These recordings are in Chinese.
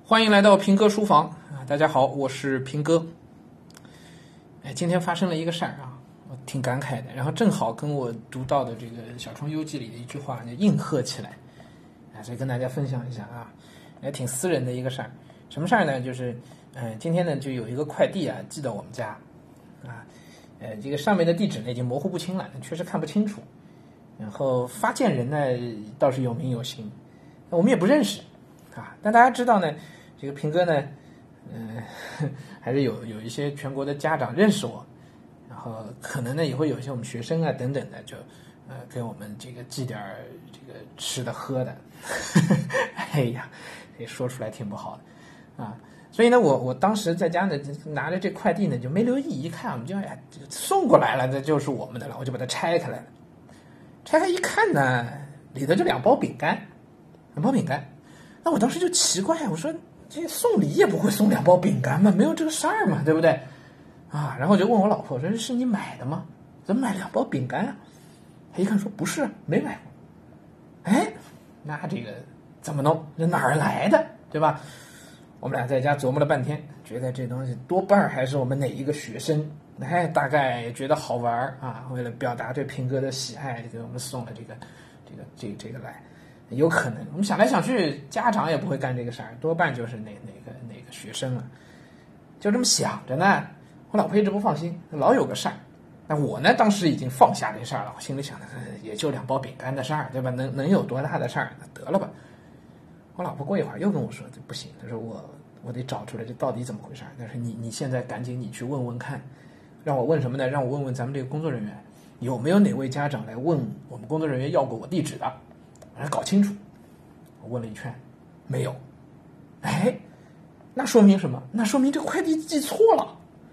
欢迎来到平哥书房啊！大家好，我是平哥。今天发生了一个事儿啊，我挺感慨的。然后正好跟我读到的这个《小窗幽记》里的一句话呢应和起来，所以跟大家分享一下啊，也挺私人的一个事儿。什么事儿呢？就是今天呢就有一个快递啊寄到我们家啊，这个上面的地址呢已经模糊不清了，确实看不清楚。然后发件人呢倒是有名有姓，我们也不认识啊，但大家知道呢。这个平哥呢，还是有一些全国的家长认识我，然后可能呢也会有一些我们学生啊等等的，就给我们这个寄点这个吃的喝的，哎呀，这说出来挺不好的啊。所以呢，我当时在家呢拿着这快递呢就没留意，一看我们就送过来了，这就是我们的了，我就把它拆开来了。拆开一看呢，里头就两包饼干，那我当时就奇怪，我说。这送礼也不会送两包饼干嘛，没有这个事儿嘛，对不对？啊，然后我就问我老婆，我说是你买的吗？怎么买两包饼干啊？她一看说不是，没买过。哎，那这个怎么弄？这哪儿来的，对吧？我们俩在家琢磨了半天，觉得这东西多半还是我们哪一个学生，大概觉得好玩啊，为了表达对平哥的喜爱，给我们送了这个来。有可能，我们想来想去，家长也不会干这个事儿，多半就是哪个学生了，就这么想着呢。我老婆一直不放心，老有个事儿。那我呢，当时已经放下这事儿了，我心里想的也就两包饼干的事儿，对吧？能有多大的事儿？那得了吧。我老婆过一会儿又跟我说，这不行，她说我得找出来这到底怎么回事。但是你现在赶紧你去问问看，让我问什么呢？让我问问咱们这个工作人员有没有哪位家长来问我们工作人员要过我地址的。来搞清楚，我问了一圈，没有。哎，那说明什么？那说明这个快递寄错了。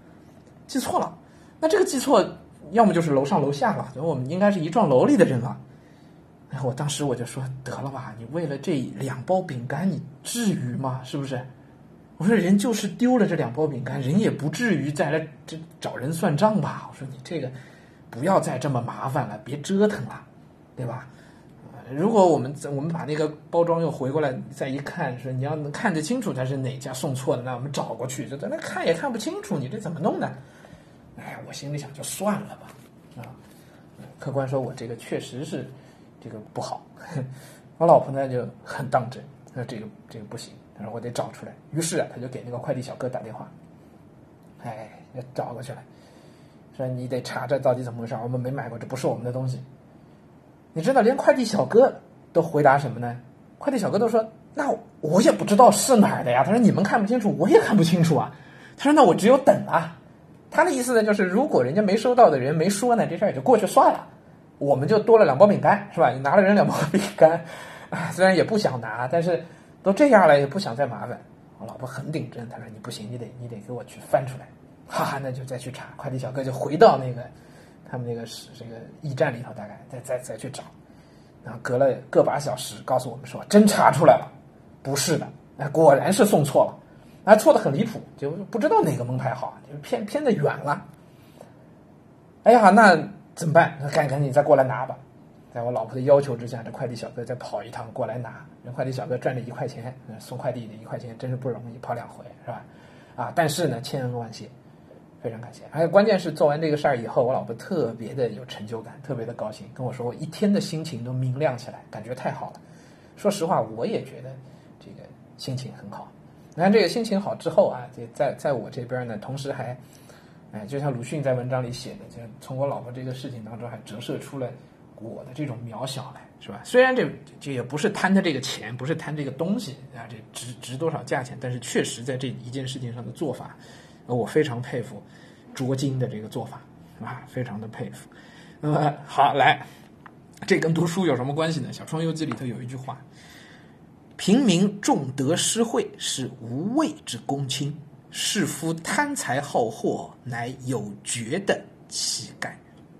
那这个寄错，要么就是楼上楼下了，我们应该是一幢楼里的人了。然后我当时我就说，得了吧，你为了这两包饼干，你至于吗？是不是？我说人就是丢了这两包饼干，人也不至于再来这找人算账吧。我说你这个不要再这么麻烦了，别折腾了，对吧？如果我们把那个包装又回过来再一看，说你要能看得清楚它是哪家送错的，那我们找过去，就在那看也看不清楚，你这怎么弄呢？哎，我心里想就算了吧，啊，客观说我这个确实是这个不好，我老婆呢就很当真，说这个不行，他说我得找出来，于是他就给那个快递小哥打电话，找过去了，说你得查这到底怎么回事，我们没买过，这不是我们的东西。你知道连快递小哥都回答什么呢？快递小哥都说那我也不知道是哪儿的呀，他说你们看不清楚我也看不清楚啊，他说那我只有等啊。他的意思呢就是如果人家没收到的人没说呢，这事儿也就过去算了，我们就多了两包饼干，是吧？你拿了人两包饼干虽然也不想拿，但是都这样了也不想再麻烦。我老婆很顶真，他说你不行，你得给我去翻出来。那就再去查。快递小哥就回到那个他们这个驿站里头，大概再去找，然后隔了个把小时，告诉我们说真查出来了，不是的，果然是送错了，错得很离谱，就不知道哪个门牌号，就偏得远了。哎呀，那怎么办？赶紧再过来拿吧。在我老婆的要求之下，这快递小哥再跑一趟过来拿。人快递小哥赚了1块钱，送快递的1块钱真是不容易，跑2回是吧？但是呢，千恩万谢。非常感谢，而且关键是做完这个事儿以后，我老婆特别的有成就感，特别的高兴，跟我说我一天的心情都明亮起来，感觉太好了。说实话，我也觉得这个心情很好。那这个心情好之后啊，在我这边呢，同时还，就像鲁迅在文章里写的，就从我老婆这个事情当中还折射出了我的这种渺小来，是吧？虽然这也不是贪他这个钱，不是贪这个东西啊，这值多少价钱，但是确实在这一件事情上的做法。我非常佩服卓金的这个做法非常的佩服。好，来，这跟读书有什么关系呢？《小窗幽记》里头有一句话：平民重德施惠，是无畏之公卿；士夫贪财好货，乃有爵的乞丐。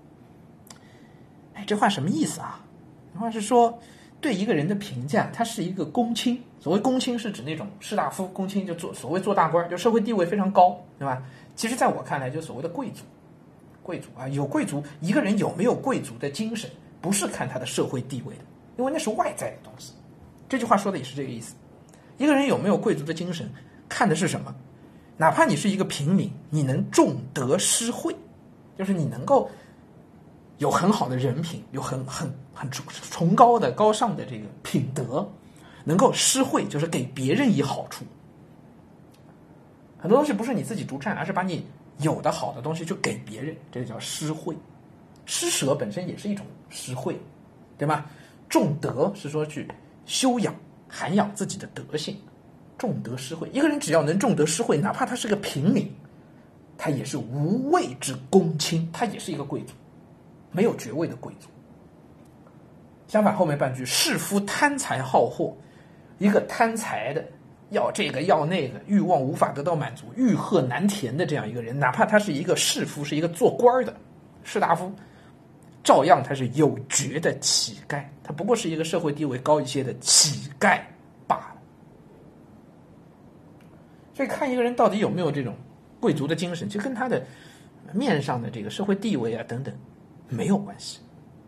这话什么意思啊？这话是说对一个人的评价，他是一个公卿。所谓公卿是指那种士大夫，公卿就所谓做大官，就社会地位非常高，对吧？其实在我看来，就所谓的贵族啊，有贵族，一个人有没有贵族的精神，不是看他的社会地位的，因为那是外在的东西。这句话说的也是这个意思。 一个人有没有贵族的精神，看的是什么？哪怕你是一个平民，你能重德施惠，就是你能够有很好的人品，有很崇高的高尚的这个品德，能够施惠，就是给别人以好处。很多东西不是你自己独占，而是把你有的好的东西就给别人，这个叫施惠。施舍本身也是一种施惠，对吧？重德是说去修养涵养自己的德性，重德施惠。一个人只要能重德施惠，哪怕他是个平民，他也是无位之公卿，他也是一个贵族，没有爵位的贵族。相反，后面半句士夫贪财好货，一个贪财的，要这个要那个，欲望无法得到满足，欲壑难填的这样一个人，哪怕他是一个士夫，是一个做官的士大夫，照样他是有爵的乞丐，他不过是一个社会地位高一些的乞丐罢了。所以看一个人到底有没有这种贵族的精神，就跟他的面上的这个社会地位啊等等没有关系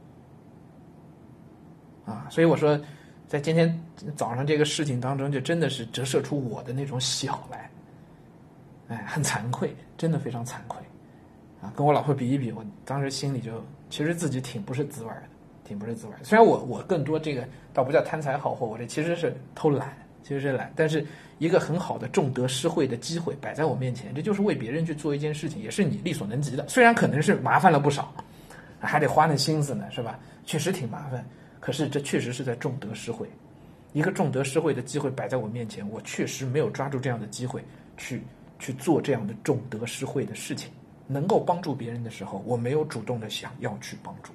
啊。所以我说在今天早上这个事情当中，就真的是折射出我的那种小来，哎，很惭愧，真的非常惭愧啊。跟我老婆比一比，我当时心里就其实自己挺不是滋味的。虽然我更多这个倒不叫贪财好货，我这其实是偷懒，但是一个很好的重德施惠的机会摆在我面前，这就是为别人去做一件事情，也是你力所能及的。虽然可能是麻烦了不少，还得花那心思呢，是吧？确实挺麻烦，可是这确实是在重德施惠。一个重德施惠的机会摆在我面前，我确实没有抓住这样的机会去做这样的重德施惠的事情。能够帮助别人的时候，我没有主动的想要去帮助。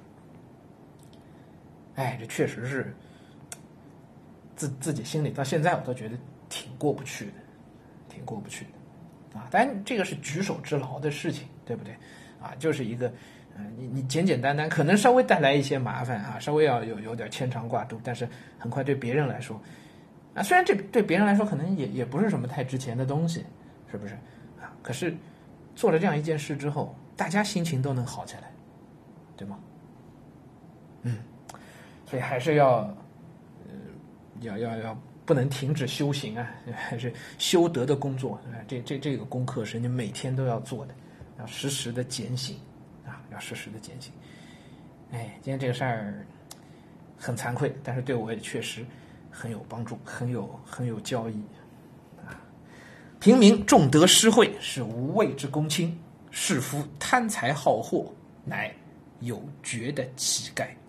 哎，这确实是自己心里到现在我都觉得挺过不去的啊！当然这个是举手之劳的事情，对不对啊？就是一个你简简单单，可能稍微带来一些麻烦啊，稍微要有点牵肠挂肚，但是很快对别人来说啊，虽然这对别人来说可能也不是什么太值钱的东西，是不是啊？可是做了这样一件事之后，大家心情都能好起来，对吗？所以还是要不能停止修行啊，还是修德的工作。这个功课是你每天都要做的，要时时的检省啊，要时时的检省。哎，今天这个事儿很惭愧，但是对我也确实很有帮助，很有教益啊。平民重德施惠，是无位之公卿；士夫贪财好货，乃有爵的乞丐。